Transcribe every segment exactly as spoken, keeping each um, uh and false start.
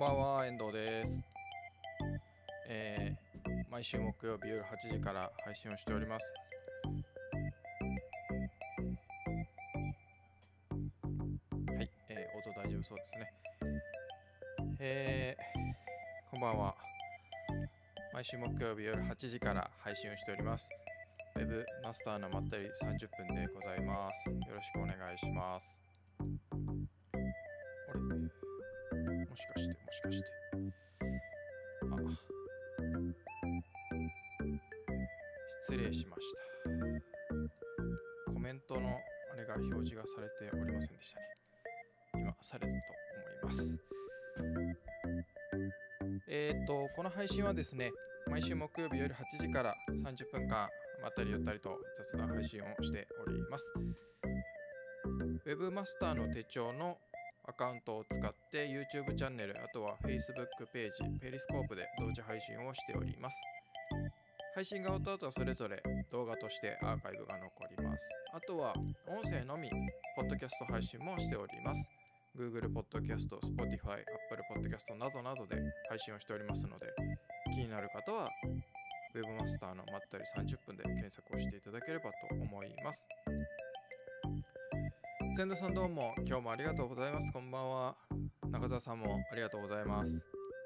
ばんは、遠藤です。えー、毎週木曜日夜はちじから配信をしております。はい、えー、音大丈夫そうですね。えー、こんばんは。毎週木曜日夜はちじから配信をしております。ウェブマスターのまったりさんじゅっぷんでございます。よろしくお願いします。あれ、もしかしてもしかしてあ失礼しました。コメントのあれが表示がされておりませんでしたね。今されたと思います。えっとこの配信はですね、毎週木曜日夜はちじからさんじゅっぷんかんまったりゆったりと雑談配信をしております。ウェブマスターの手帳のアカウントを使って YouTube チャンネル、あとは Facebook ページ、ペリスコープで同時配信をしております。配信が終わった後はそれぞれ動画としてアーカイブが残ります。あとは音声のみポッドキャスト配信もしております。Google Podcast、Spotify、Apple Podcast などなどで配信をしておりますので、気になる方は Webmaster のまったりさんじゅっぷんで検索をしていただければと思います。千田さんどうも今日もありがとうございます。こんばんは。中澤さんもありがとうございます。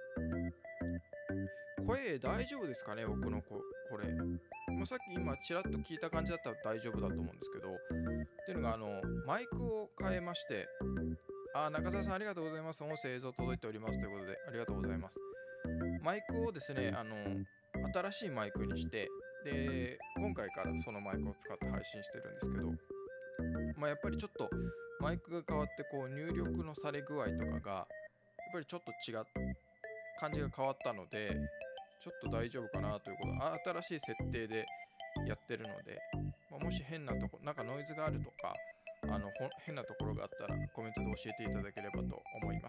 声大丈夫ですかね、僕のここれ。まあ、さっき今ちらっと聞いた感じだったら大丈夫だと思うんですけど、っていうのがあのマイクを変えまして、あ、中澤さんありがとうございます。音声映像届いておりますということでありがとうございます。マイクをですね、あの新しいマイクにして、で今回からそのマイクを使って配信してるんですけど、まあ、やっぱりちょっとマイクが変わってこう入力のされ具合とかがやっぱりちょっと違っ感じが変わったので、ちょっと大丈夫かなということで、新しい設定でやってるので、まあ、もし変なとこなんかノイズがあるとか、あの変なところがあったらコメントで教えていただければと思います。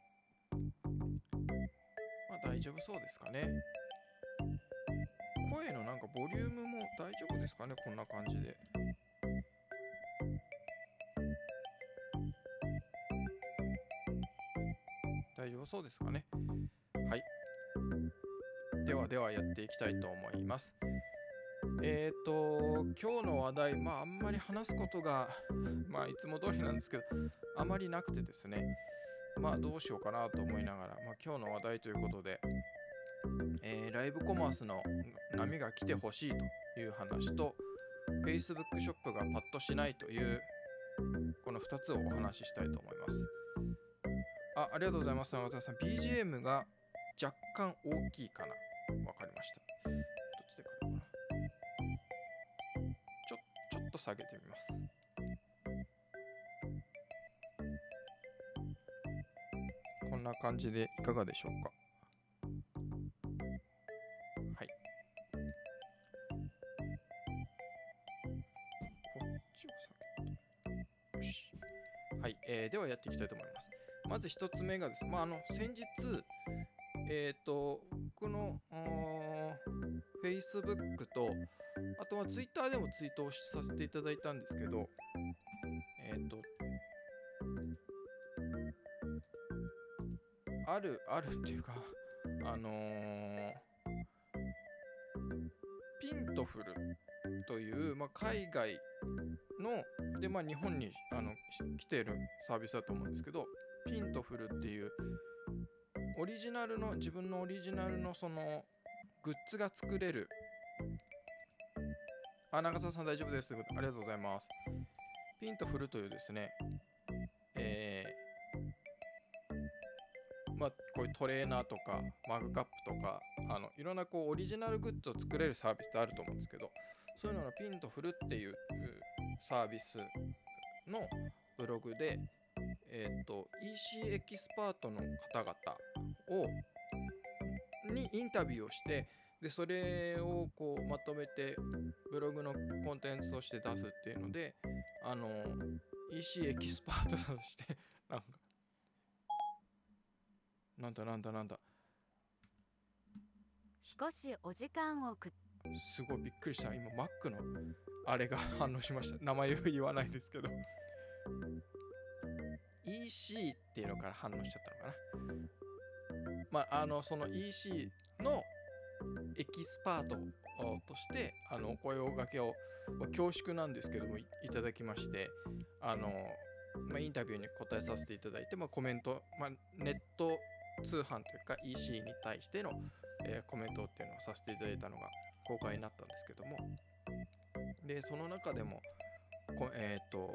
まあ大丈夫そうですかね。声のなんかボリュームも大丈夫ですかね、こんな感じで。大丈夫そうですかね。はい。ではではやっていきたいと思います。えっと今日の話題、まああんまり話すことがまあいつも通りなんですけど、あまりなくてですね、まあどうしようかなと思いながら、まあ今日の話題ということで、えー、ライブコマースの波が来てほしいという話と、 Facebook ショップがパッとしないというこのふたつをお話ししたいと思います。あ、ありがとうございます。長澤さん ビージーエム が若干大きいかな。わかりました。どっちでかな。ちょちょっと下げてみます。こんな感じでいかがでしょうか。はい。こっちを下げて。よし。はい、えー、ではやっていきたいと思います。まず一つ目がですね、まあ、あの先日、えっ、ー、と、僕の Facebook と、あとは Twitter でもツイートをさせていただいたんですけど、えっ、ー、と、ある、あるっていうか、あのー、ピントフルという、まあ、海外ので、まあ、日本にあの来てるサービスだと思うんですけど、ピントフルっていうオリジナルの自分のオリジナルのそのグッズが作れる。あ、中澤さん大丈夫ですということでありがとうございます。ピントフルというですね、えー、まあこういうトレーナーとかマグカップとか、あのいろんなこうオリジナルグッズを作れるサービスってあると思うんですけど、そういうののピントフルっていうサービスのブログで、えー、と イーシー エキスパートの方々をにインタビューをして、でそれをこうまとめてブログのコンテンツとして出すっていうので、あの イーシー エキスパートとしてなんかなんだなんだなんだ少しお時間をくすごいびっくりした。今 Mac のあれが反応しました。名前を言わないですけどイーシー っていうのから反応しちゃったのかな。 まあ、あのその イーシー のエキスパートとしてあのお声を掛けを、まあ、恐縮なんですけども い, いただきまして、あの、まあ、インタビューに答えさせていただいて、まあ、コメント、まあ、ネット通販というか イーシー に対しての、えー、コメントっていうのをさせていただいたのが公開になったんですけども、でその中でもこえっ、ー、と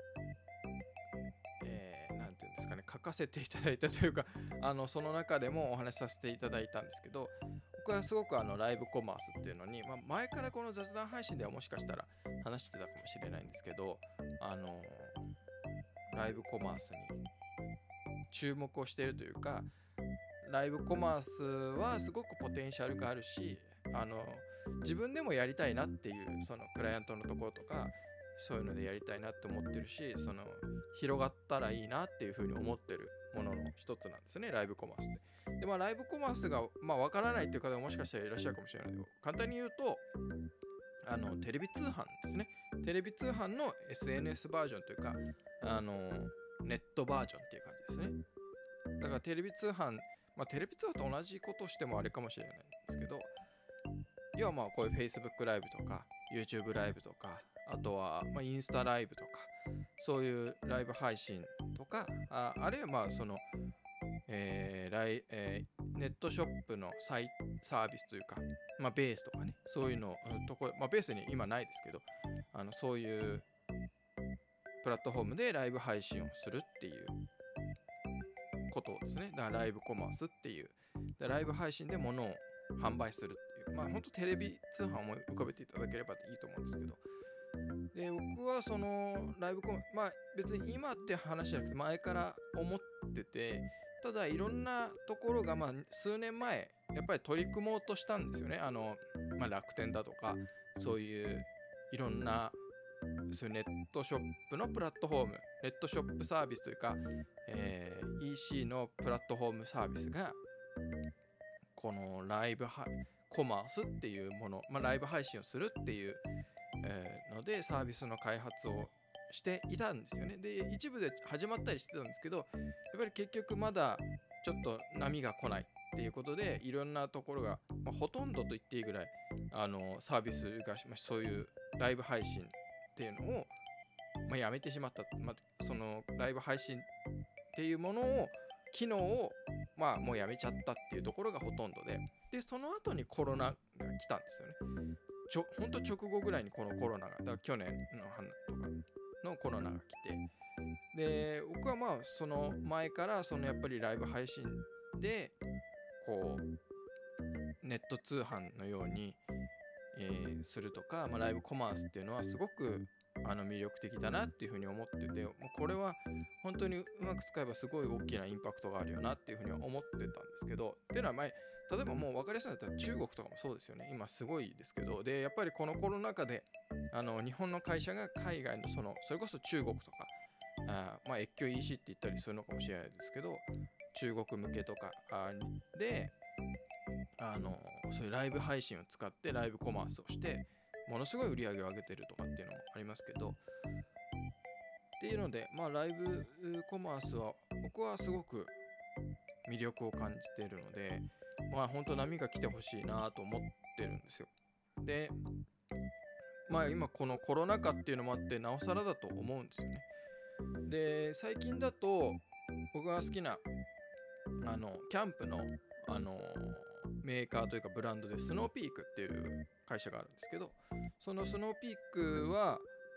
えー、なんていうんですかね、書かせていただいたというか、あのその中でもお話しさせていただいたんですけど、僕はすごくあのライブコマースっていうのに、まあ、前からこの雑談配信ではもしかしたら話してたかもしれないんですけど、あのライブコマースに注目をしているというか、ライブコマースはすごくポテンシャルがあるし、あの自分でもやりたいなっていう、そのクライアントのところとかそういうのでやりたいなって思ってるし、その広がったらいいなっていうふうに思ってるものの一つなんですね、ライブコマースって。でまあライブコマースがまあわからないっていう方ももしかしたらいらっしゃるかもしれないけど、簡単に言うとあのテレビ通販ですね。テレビ通販の エスエヌエス バージョンというか、あのネットバージョンっていう感じですね。だからテレビ通販、まあテレビ通販と同じことをしてもあれかもしれないんですけど、要はまあこういう Facebook ライブとか YouTube ライブとか、あとはまあインスタライブとか、そういうライブ配信とか、あ, あるいはまあその、えーライえー、ネットショップのサイサービスというか、まあ、ベースとかね、そういうのとこ、まあ、ベースに今ないですけど、あのそういうプラットフォームでライブ配信をするっていうことですね。だからライブコマースっていう、ライブ配信で物を販売するっていう、まあ本当テレビ通販を思い浮かべていただければいいと思うんですけど、で僕はそのライブコマ、まあ別に今って話じゃなくて前から思ってて、ただいろんなところがまあ数年前やっぱり取り組もうとしたんですよね。あの、まあ、楽天だとかそういういろんなそういうネットショップのプラットフォーム、ネットショップサービスというか、えー、イーシー のプラットフォームサービスがこのライブコマースっていうもの、まあ、ライブ配信をするっていう、えー、のでサービスの開発をしていたんですよね。で一部で始まったりしてたんですけど、やっぱり結局まだちょっと波が来ないっていうことで、いろんなところが、まあ、ほとんどと言っていいぐらいあのサービスが、まあ、そういうライブ配信っていうのを、まあ、やめてしまった、まあ、そのライブ配信っていうものを機能をまあもうやめちゃったっていうところがほとんどで、でその後にコロナが来たんですよね。ちょほんと直後ぐらいにこのコロナが、だから去年の春とかのコロナが来て、で僕はまあその前からそのやっぱりライブ配信でこうネット通販のように、えー、するとか、まあ、ライブコマースっていうのはすごくあの魅力的だなっていうふうに思ってて、もうこれは本当にうまく使えばすごい大きなインパクトがあるよなっていうふうには思ってたんですけど、っていうのは前例えばもう分かりやすいんだったら中国とかもそうですよね。今すごいですけど、でやっぱりこのコロナ禍であの日本の会社が海外のそのそれこそ中国とか、あまあ越境 イーシー って言ったりするのかもしれないですけど、中国向けとかであのそういうライブ配信を使ってライブコマースをしてものすごい売り上げを上げてるとかっていうのもありますけど、っていうのでまあライブコマースは僕はすごく魅力を感じているので、まあ本当波が来てほしいなと思ってるんですよ。でまあ今このコロナ禍っていうのもあってなおさらだと思うんですよね。で最近だと僕が好きなあのキャンプのあのメーカーというかブランドでスノーピークっていう会社があるんですけど、そのスノーピークは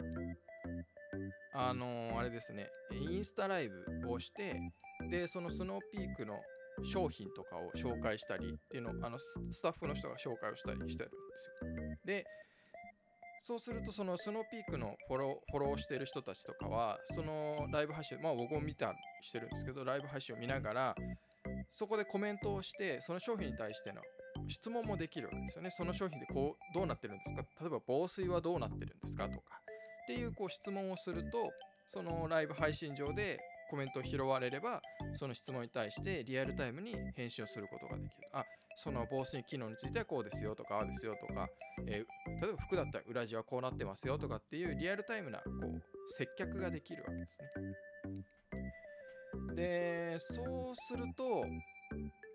あのあれですね、インスタライブをして、でそのスノーピークの商品とかを紹介したりっていうのをあのスタッフの人が紹介をしたりしてるんですよ。でそうするとそのスノーピークのフォロー、フォローしてる人たちとかはそのライブ配信、まあ僕も見たりしてるんですけど、ライブ配信を見ながらそこでコメントをしてその商品に対しての質問もできるわけですよね。その商品でこうどうなってるんですか、例えば防水はどうなってるんですかとかっていうこう質問をすると、そのライブ配信上でコメントを拾われればその質問に対してリアルタイムに返信をすることができる。あ、その防水機能についてはこうですよとかああですよとか、えー、例えば服だったら裏地はこうなってますよとかっていうリアルタイムなこう接客ができるわけですね。でそうすると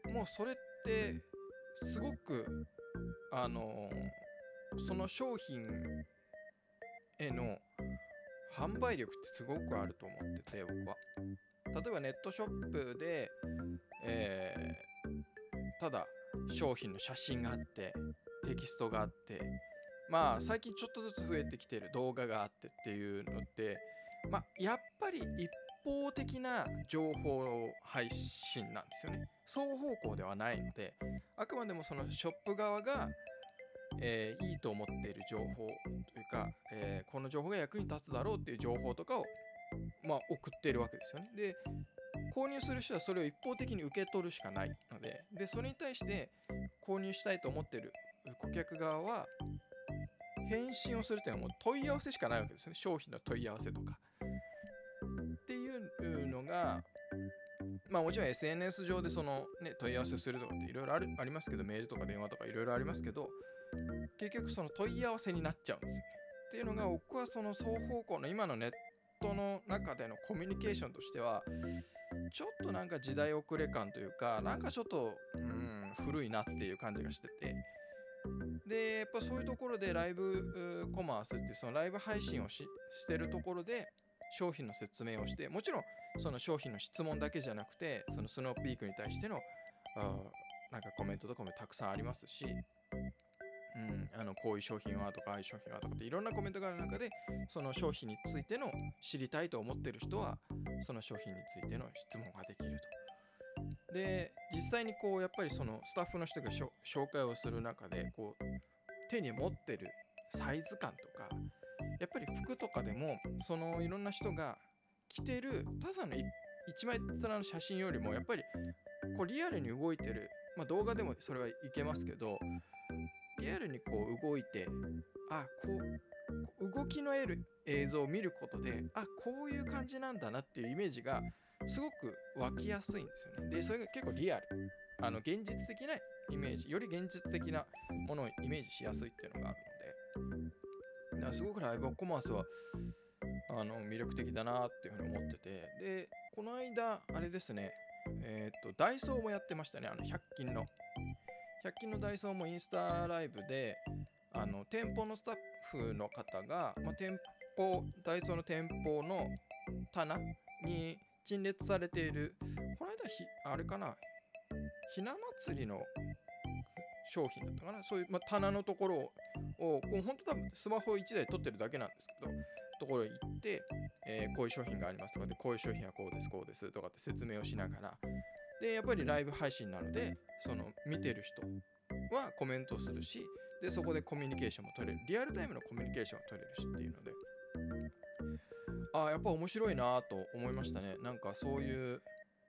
もうそれってすごくあのその商品への販売力ってすごくあると思ってて、僕は。例えばネットショップで、えーただ商品の写真があってテキストがあって、まあ最近ちょっとずつ増えてきてる動画があってっていうのって、まあやっぱり一方的な情報配信なんですよね。双方向ではないので、あくまでもそのショップ側が、えーいいと思っている情報というか、えーこの情報が役に立つだろうっていう情報とかを、まあ、送っているわけですよね。で、購入する人はそれを一方的に受け取るしかないので、でそれに対して購入したいと思っている顧客側は返信をするというのはもう問い合わせしかないわけですよね。商品の問い合わせとかっていうのが、まあもちろん エスエヌエス 上でそのね問い合わせをするとかっていろいろあるありますけど、メールとか電話とかいろいろありますけど、結局その問い合わせになっちゃうんですよね。っていうのが、僕はその双方向の今のネットの中でのコミュニケーションとしてはちょっとなんか時代遅れ感というか、なんかちょっとうーん古いなっていう感じがしてて、でやっぱそういうところでライブコマースっていうそのライブ配信をししてるところで商品の説明をして、もちろんその商品の質問だけじゃなくて、そのスノーピークに対してのあなんかコメントとかもたくさんありますし、うん、あのこういう商品はとかああいう商品はとかっていろんなコメントがある中で、その商品についての知りたいと思ってる人はその商品についての質問ができると。で実際にこうやっぱりそのスタッフの人がしょ紹介をする中で、こう手に持ってるサイズ感とか、やっぱり服とかでもそのいろんな人が着てるただのい一枚面の写真よりも、やっぱりこうリアルに動いてる、まあ動画でもそれはいけますけど、リアルにこう動いて、あこう動きの得る映像を見ることで、あこういう感じなんだなっていうイメージがすごく湧きやすいんですよね。でそれが結構リアル、あの現実的なイメージ、より現実的なものをイメージしやすいっていうのがあるので、だからすごくライブコマースはあの魅力的だなっていうふうに思ってて、でこの間あれですね、えっ、とダイソーもやってましたね。あのひゃく均のひゃく均のダイソーもインスタライブで、あの店舗のスタッフの方が、まあ、店舗ダイソーの店舗の棚に陳列されている、この間ひあれかな、ひな祭りの商品だったかな、そういう、まあ、棚のところをこう本当多分スマホいちだい撮ってるだけなんですけど、ところに行って、えーこういう商品がありますとかで、こういう商品はこうですこうですとかって説明をしながら、でやっぱりライブ配信なので、その見てる人はコメントをするし、でそこでコミュニケーションも取れる、リアルタイムのコミュニケーションも取れるしっていうので、ああやっぱ面白いなと思いましたね。なんかそういう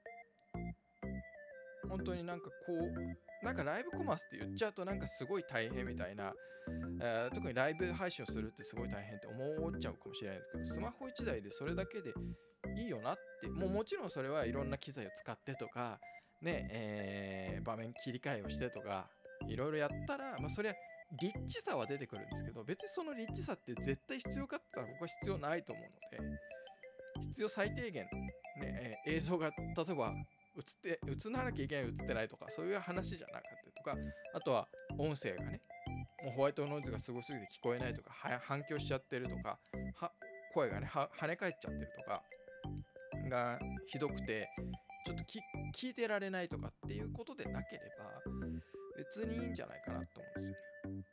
本当になんかこうなんかライブコマースって言っちゃうとなんかすごい大変みたいな、えー特にライブ配信をするってすごい大変って思っちゃうかもしれないですけど、スマホいちだいでそれだけでいいよなって、もうもちろんそれはいろんな機材を使ってとかね、えー場面切り替えをしてとかいろいろやったら、まあそりゃリッチさは出てくるんですけど、別にそのリッチさって絶対必要かって言ったら僕は必要ないと思うので、必要最低限、ねえー映像が例えば映って映らなきゃいけない、映ってないとかそういう話じゃなかったりとか、あとは音声がね、もうホワイトノイズがすごすぎて聞こえないとか、は反響しちゃってるとか、は声がねは跳ね返っちゃってるとかがひどくて、ちょっとき聞いてられないとかっていうことでなければ別にいいんじゃないかなと思うんですよね。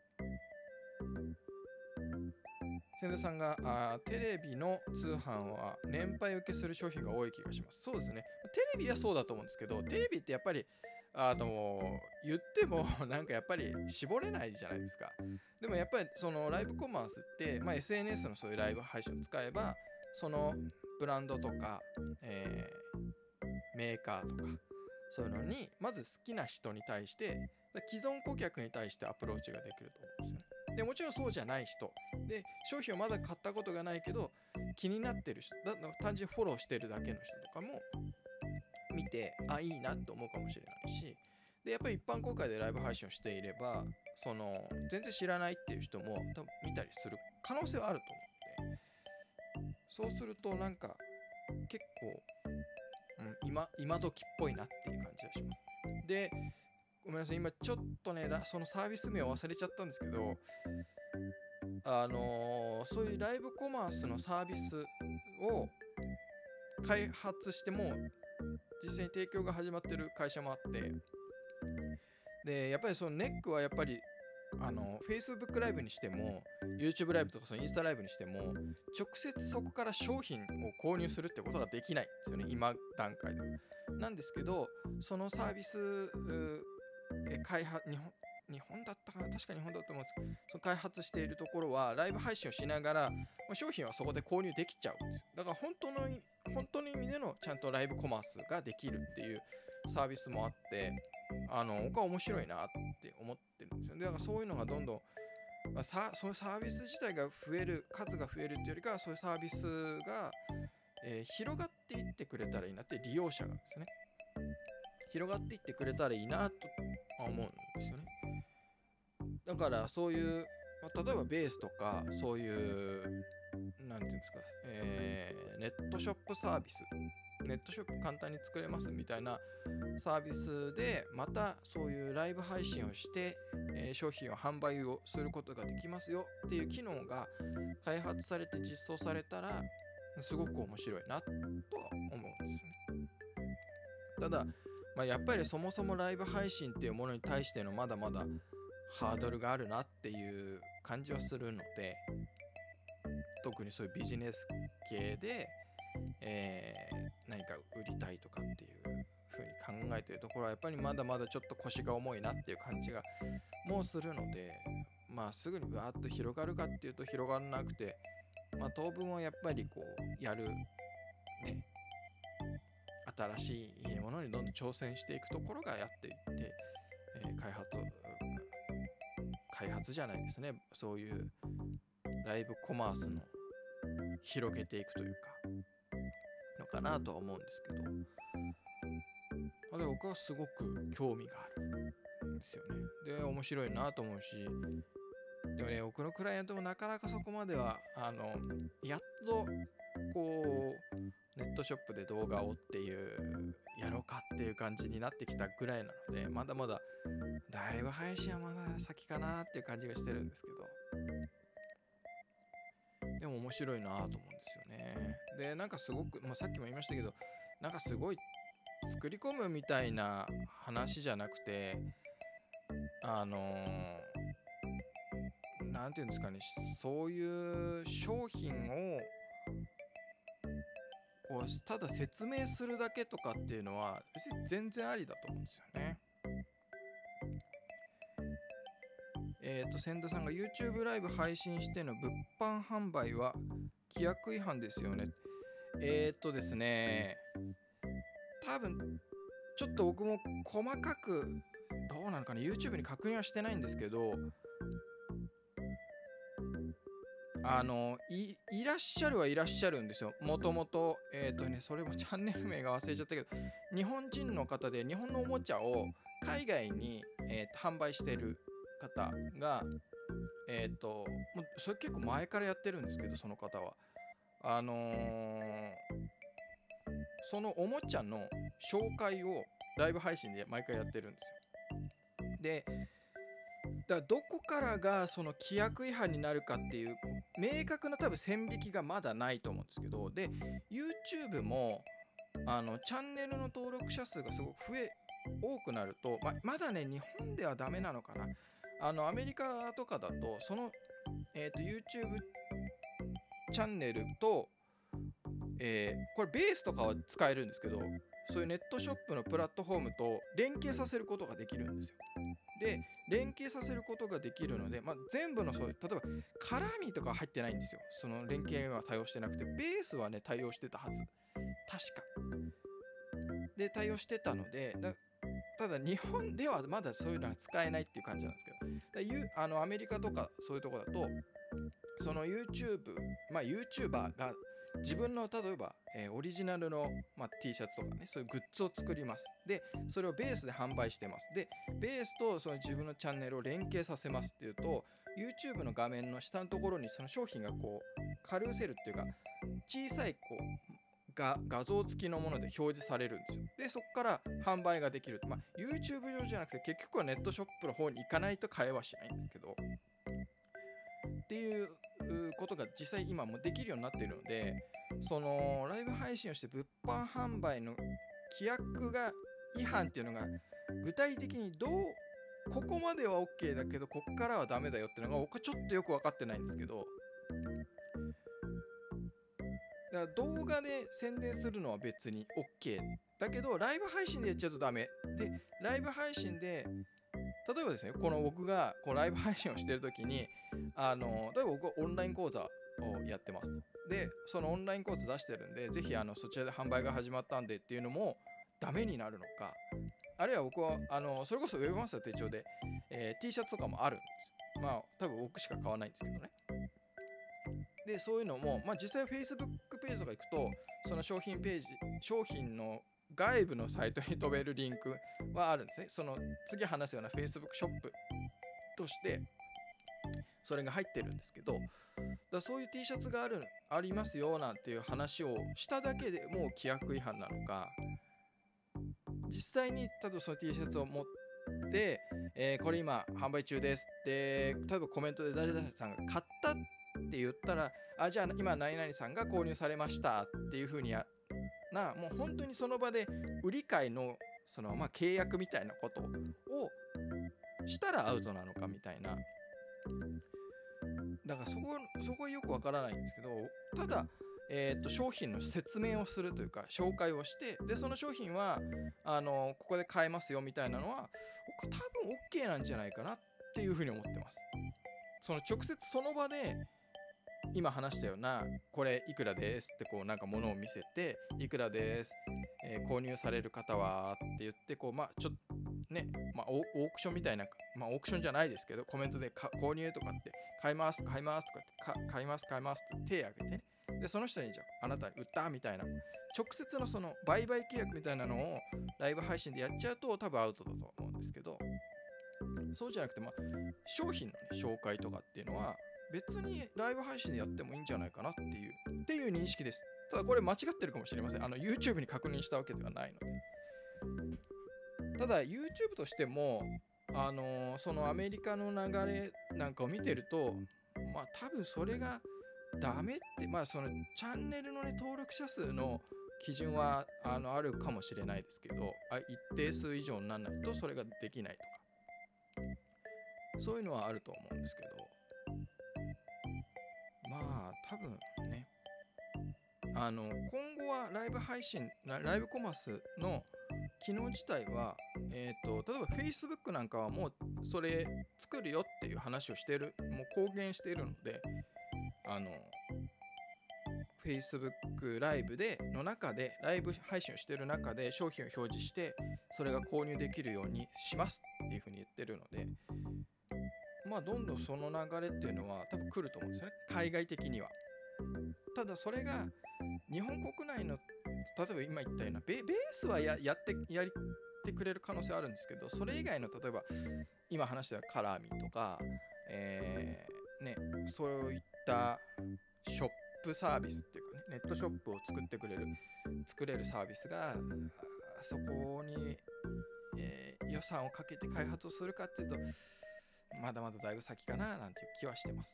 千田さんがあーテレビの通販は年配受けする商品が多い気がします。そうですね。テレビはそうだと思うんですけど、テレビってやっぱりあのー言ってもなんかやっぱり絞れないじゃないですか。でもやっぱりそのライブコマースって、まあ、エスエヌエス のそういうライブ配信を使えば、そのブランドとか、えーメーカーとかそういうのにまず好きな人に対して、既存顧客に対してアプローチができると思うんですよね。でもちろんそうじゃない人で、商品をまだ買ったことがないけど気になってる人だ、単純にフォローしてるだけの人とかも見て、あいいなと思うかもしれないし、でやっぱり一般公開でライブ配信をしていれば、その全然知らないっていう人も多分見たりする可能性はあると思うので、そうするとなんか結構、うん、今今時っぽいなっていう感じがします。 でごめんなさい、今ちょっとねそのサービス名を忘れちゃったんですけど、あのー、そういうライブコマースのサービスを開発しても実際に提供が始まってる会社もあって、でやっぱりそのネックはやっぱりあの Facebook ライブにしても YouTube ライブとかそのインスタライブにしても直接そこから商品を購入するってことができないんですよね、今段階では。なんですけど、そのサービスえ開発日本日本だったかな、確か日本だと思うんですけど、その開発しているところはライブ配信をしながら商品はそこで購入できちゃうんですよ。だから本当の本当の意味でのちゃんとライブコマースができるっていうサービスもあって、あの僕は面白いなって思ってるんですよ。だからそういうのがどんどん、まあ、さそういうサービス自体が増える、数が増えるっていうよりかはそういうサービスが、えー広がっていってくれたらいいなって、利用者がですね広がっていってくれたらいいなと思うんですよね。だからそういう、まあ、例えばベースとかそういうなんていうんですか、えーネットショップサービス、ネットショップ簡単に作れますみたいなサービスでまたそういうライブ配信をして、えー商品を販売をすることができますよっていう機能が開発されて実装されたらすごく面白いなとは思うんですよね。ただ、まあ、やっぱりそもそもライブ配信っていうものに対してのまだまだハードルがあるなっていう感じはするので、特にそういうビジネス系で、えー何か売りたいとかっていう風に考えているところはやっぱりまだまだちょっと腰が重いなっていう感じがもうするので、まあすぐにバーッと広がるかっていうと広がらなくて、まあ当分はやっぱりこうやるね、新しいものにどんどん挑戦していくところがやっていって、えー開発開発じゃないですね、そういうライブコマースの広げていくというかのかなとは思うんですけど、あれ僕はすごく興味があるんですよね。で面白いなと思うし、でもね僕のクライアントもなかなかそこまではあのやっとこうネットショップで動画をっていうやろうかっていう感じになってきたぐらいなので、まだまだライブ配信はまだ先かなっていう感じがしてるんですけど、でも面白いなと思うんですよね。でなんかすごく、まあ、さっきも言いましたけど、なんかすごい作り込むみたいな話じゃなくて、あのーなんていうんですかね、そういう商品をこうただ説明するだけとかっていうのは別に全然ありだと思うんですよね。えっと千田さんが YouTube ライブ配信しての物販販売は規約違反ですよね。えっとですね多分ちょっと僕も細かくどうなのかな、 YouTube に確認はしてないんですけど、あの い, いらっしゃるはいらっしゃるんですよ。もともとえっ、とねそれもチャンネル名が忘れちゃったけど、日本人の方で日本のおもちゃを海外に、えーと販売してる方が、えっ、ともうそれ結構前からやってるんですけど、その方はあのーそのおもちゃの紹介をライブ配信で毎回やってるんですよ。でだからどこからがその規約違反になるかっていう明確な多分線引きがまだないと思うんですけど、で YouTube もあのチャンネルの登録者数がすごく増え多くなると、ままだね日本ではダメなのかな、あのアメリカとかだとその、えー、と YouTube チャンネルと、えーこれベースとかは使えるんですけど、そういうネットショップのプラットフォームと連携させることができるんですよ。で連携させることができるので、まあ、全部のそういう例えばカラーミーとかは入ってないんですよ。その連携は対応してなくて、ベースはね対応してたはず、確かで対応してたので、だただ日本ではまだそういうのは使えないっていう感じなんですけど、だゆあのアメリカとかそういうとこだとその YouTube、まあ YouTuber が自分の例えば、えーオリジナルの、まあ、T シャツとかね、そういうグッズを作ります。でそれをベースで販売してます。でベースとその自分のチャンネルを連携させますっていうと YouTube の画面の下のところにその商品がこうカルーセルっていうか小さいこうが画像付きのもので表示されるんですよ。でそこから販売ができる、まあ、YouTube 上じゃなくて結局はネットショップの方に行かないと買えはしないんですけどっていうことが実際今もできるようになっているので、そのライブ配信をして物販販売の規約が違反っていうのが具体的にどうここまでは OK だけどこっからはダメだよっていうのが僕はちょっとよく分かってないんですけど、だから動画で宣伝するのは別に OK だけどライブ配信でやっちゃうとダメで、ライブ配信で例えばですね、この僕がこうライブ配信をしているときにあの例えば僕はオンライン講座をやってますと。でそのオンライン講座出してるんで、ぜひあのそちらで販売が始まったんでっていうのもダメになるのか、あるいは僕はあのそれこそウェブマスター手帳で、えー、T シャツとかもあるんですよ。まあ多分僕しか買わないんですけどね。でそういうのも、まあ、実際 Facebook ページとか行くとその商品ページ商品の外部のサイトに飛べるリンクはあるんですね。その次話すような Facebook ショップとしてそれが入ってるんですけど、だそういう T シャツがあるありますよなんていう話をしただけでもう規約違反なのか、実際に例えばその T シャツを持って、えー、これ今販売中ですって例えばコメントで誰々さんが買ったって言ったら、あじゃあ今何々さんが購入されましたっていう風にやな、もう本当にその場で売り買いのそのまあ契約みたいなことをしたらアウトなのかみたいな、だからそこそこはよくわからないんですけど、ただえー、と商品の説明をするというか紹介をして、でその商品はあのここで買えますよみたいなのは僕多分 OK なんじゃないかなっていうふうに思ってます。その直接その場で今話したようなこれいくらですってこうなんか物を見せていくらです、えー、購入される方はって言ってこうまあちょっとね、まあ、オークションみたいな、まあオークションじゃないですけどコメントで購入とかって買います買いますとかって買います買いますって手を挙げてね、でその人にじゃああなたに売ったみたいな直接のその売買契約みたいなのをライブ配信でやっちゃうと多分アウトだと思うんですけど、そうじゃなくてまあ商品の、ね、紹介とかっていうのは別にライブ配信でやってもいいんじゃないかなっていうっていう認識です。ただこれ間違ってるかもしれません。あの YouTube に確認したわけではないので。ただ YouTube としてもあのー、そのアメリカの流れなんかを見てると、まあ多分それがダメって、まあそのチャンネルのね登録者数の基準は あのあるかもしれないですけど、あ一定数以上にならないとそれができないとか、そういうのはあると思うんですけど、まあ多分ね、あの今後はライブ配信ライブコマースの機能自体は、えーと、例えば Facebook なんかはもうそれ作るよっていう話をしている、もう公言しているので、あの Facebook ライブでの中でライブ配信をしている中で商品を表示してそれが購入できるようにしますっていうふうに言ってるので、まあどんどんその流れっていうのは多分来ると思うんですよね、海外的には。ただそれが日本国内の例えば今言ったような ベ, ベースは や, やってやってくれる可能性あるんですけど、それ以外の例えば今話したカラーミーとか、えーね、そういったショップサービスっていうかね、ネットショップを作ってくれる作れるサービスがそこに、えー、予算をかけて開発をするかっていうとまだまだだいぶ先かななんていう気はしてます。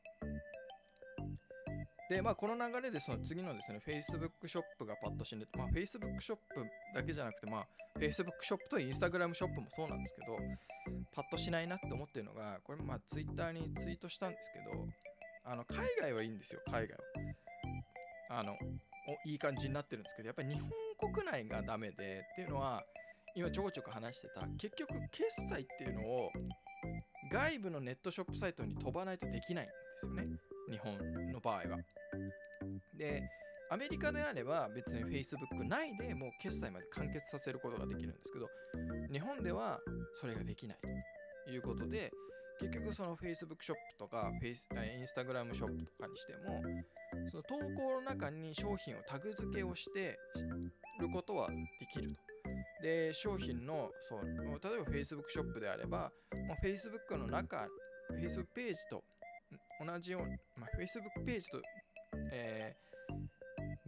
でまあこの流れでその次のですね Facebook ショップがパッと死んで、まあ Facebook ショップだけじゃなくてまあ Facebook ショップと Instagram ショップもそうなんですけど、パッとしないなって思ってるのが、これまあ Twitter にツイートしたんですけど、あの海外はいいんですよ。海外はあのいい感じになってるんですけど、やっぱり日本国内がダメでっていうのは今ちょこちょこ話してた、結局決済っていうのを外部のネットショップサイトに飛ばないとできないんですよね、日本の場合は。でアメリカであれば別に Facebook 内でもう決済まで完結させることができるんですけど、日本ではそれができないということで、結局その Facebook ショップとか Instagram ショップとかにしてもその投稿の中に商品をタグ付けをしてることはできると。で商品のそう例えば Facebook ショップであればもう Facebook の中 Facebook ページと同じように、まあ、Facebook ページと、えー、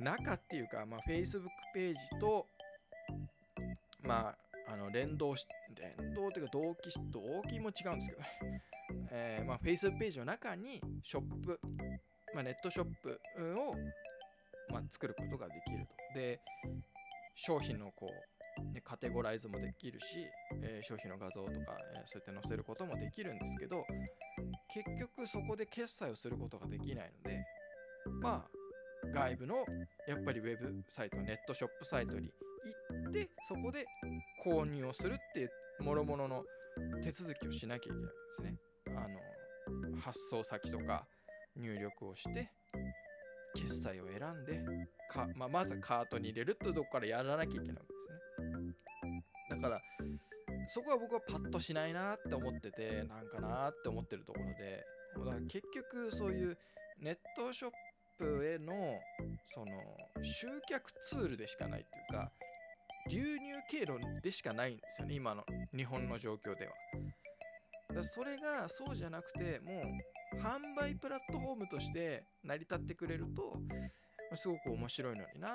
中っていうか、まあ、Facebook ページと、まあ、あの連動し、連動というか同期し、同期も違うんですけどね。えー、まあ、Facebook ページの中にショップ、まあ、ネットショップを、まあ、作ることができると。で、商品のこう、ね、カテゴライズもできるし、えー、商品の画像とか、えー、そうやって載せることもできるんですけど、結局そこで決済をすることができないので、まあ外部のやっぱりウェブサイト、ネットショップサイトに行って、そこで購入をするっていう諸々の手続きをしなきゃいけないわけですね。あの発送先とか入力をして決済を選んでか、まあ、まずはカートに入れるってとこからやらなきゃいけないわけですよね。だからそこは僕はパッとしないなって思ってて、なんかなって思ってるところで、だから結局そういうネットショップへのその集客ツールでしかないっていうか、流入経路でしかないんですよね、今の日本の状況では。だからそれがそうじゃなくて、もう販売プラットフォームとして成り立ってくれるとすごく面白いのになって。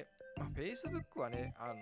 まあ Facebook はね、あの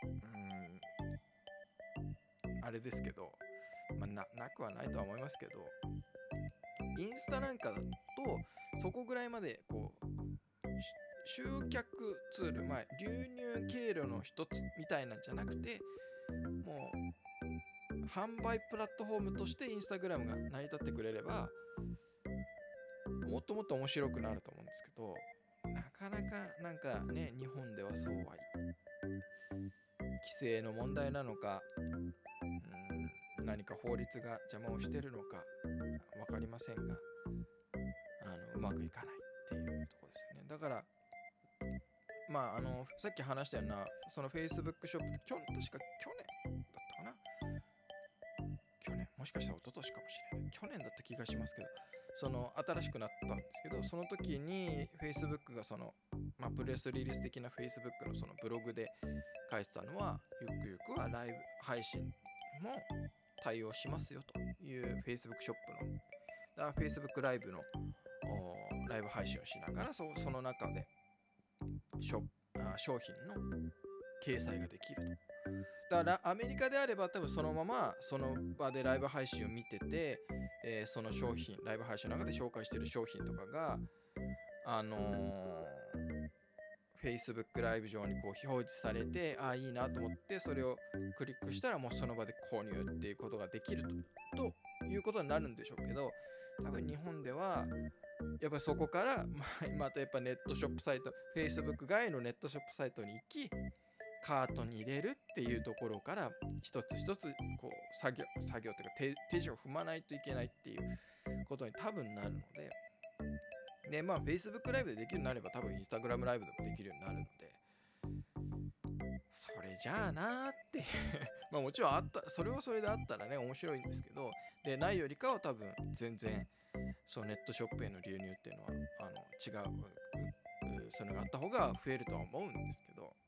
あれですけど、まあ、な, なくはないとは思いますけど、インスタなんかだとそこぐらいまでこう集客ツール、まあ、流入経路の一つみたいなんじゃなくて、もう販売プラットフォームとしてインスタグラムが成り立ってくれればもっともっと面白くなると思うんですけど、なかなかなんかね、日本ではそうはい規制の問題なのか、うん、何か法律が邪魔をしてるのか分かりませんが、あのうまくいかないっていうところですよね。だからまああのさっき話したようなその Facebook ショップってきょ確か去年だったかな、去年もしかしたら一昨年かもしれない、去年だった気がしますけど、その新しくなったんですけど、その時に Facebook がその、まあ、プレスリリース的な Facebook のそのブログで書いてたのは、ゆくゆくはライブ配信も対応しますよという Facebook ショップの、だから Facebook ライブのライブ配信をしながら そ, その中でショあ商品の掲載ができると。だからアメリカであれば多分そのままその場でライブ配信を見てて、えー、その商品、ライブ配信の中で紹介している商品とかがあのー、Facebook ライブ上にこう表示されて、ああいいなと思ってそれをクリックしたらもうその場で購入っていうことができると、ということになるんでしょうけど、多分日本ではやっぱりそこから、またやっぱネットショップサイト、Facebook 外のネットショップサイトに行き、カートに入れるっていうところから一つ一つこう作業作業というか 手, 手順を踏まないといけないっていうことに多分なるので、でまあ Facebook ライブでできるようになれば多分 Instagram ライブでもできるようになるので、それじゃあなーってまあもちろんあった、それはそれであったらね面白いんですけど、でないよりかは多分全然そうネットショップへの流入っていうのはあの違う、それがあった方が増えるとは思うんですけど、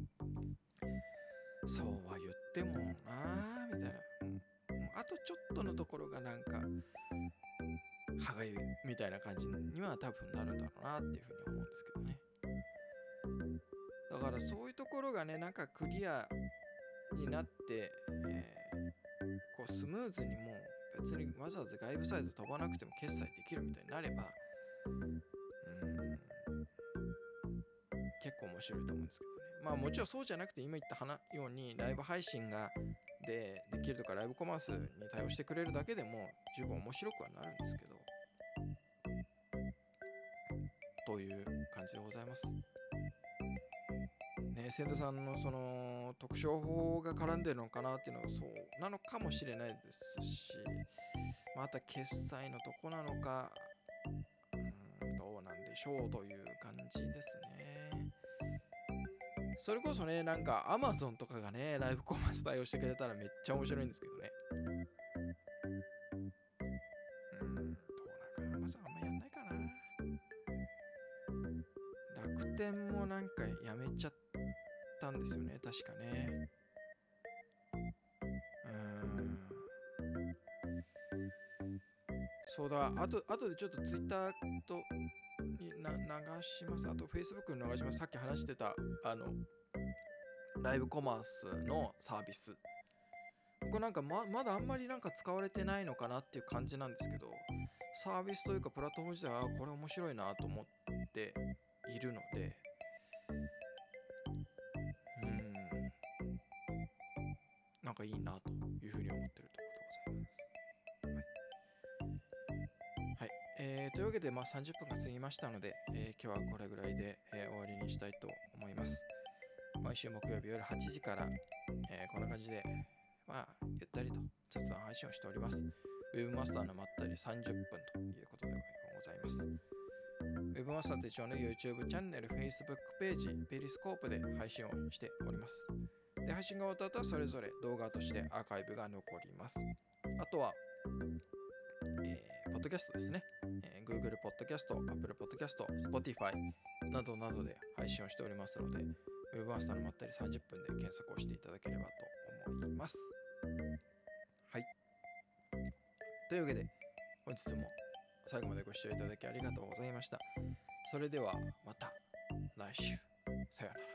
そうは言ってもなーみたいな、あとちょっとのところがなんか歯がゆいみたいな感じには多分なるんだろうなっていうふうに思うんですけどね。だからそういうところがね、なんかクリアになって、えー、こうスムーズにもう別にわざわざ外部サイト飛ばなくても決済できるみたいになれば、うーん結構面白いと思うんですけどね。まあもちろんそうじゃなくて、今言ったようにライブ配信がでできるとか、ライブコマースに対応してくれるだけでも十分面白くはなるんですけど、という感じでございますね。千田さんのその特徴法が絡んでるのかなっていうのはそうなのかもしれないですし、また決済のとこなのか、うーんどうなんでしょうという感じですね。それこそね、なんか Amazon とかがねライブコマース対応してくれたらめっちゃ面白いんですけどね。うーんどうなんか Amazon あんまやんないかな。楽天もなんかやめちゃったんですよね、確かね。うーんそうだ、あとあとでちょっと Twitter とにな流します。あと Facebook に流します。さっき話してたあのライブコマースのサービス。ここなんか ま, まだあんまりなんか使われてないのかなっていう感じなんですけど、サービスというかプラットフォーム自体はこれ面白いなと思っているので、うーん、なんかいいなというふうに思っているところでございます。はい。はい、えー、というわけで、まあ、さんじゅっぷんが過ぎましたので、えー、今日はこれぐらいで、えー、終わりにしたいと思います。毎週木曜日夜はちじから、えー、こんな感じで、まあ、ゆったりと雑談配信をしております。ウェブマスターのまったりさんじゅっぷんということでございます。ウェブマスター手帳の YouTube チャンネル、Facebook ページ、ペリスコープで配信をしております。で、配信が終わった後はそれぞれ動画としてアーカイブが残ります。あとは、えー、ポッドキャストですね、えー、Google Podcast、Apple Podcast、Spotify などなどで配信をしておりますので、ウェブマスターのまったりさんじゅっぷんで検索をしていただければと思います。はい。というわけで、本日も最後までご視聴いただきありがとうございました。それではまた来週。さようなら。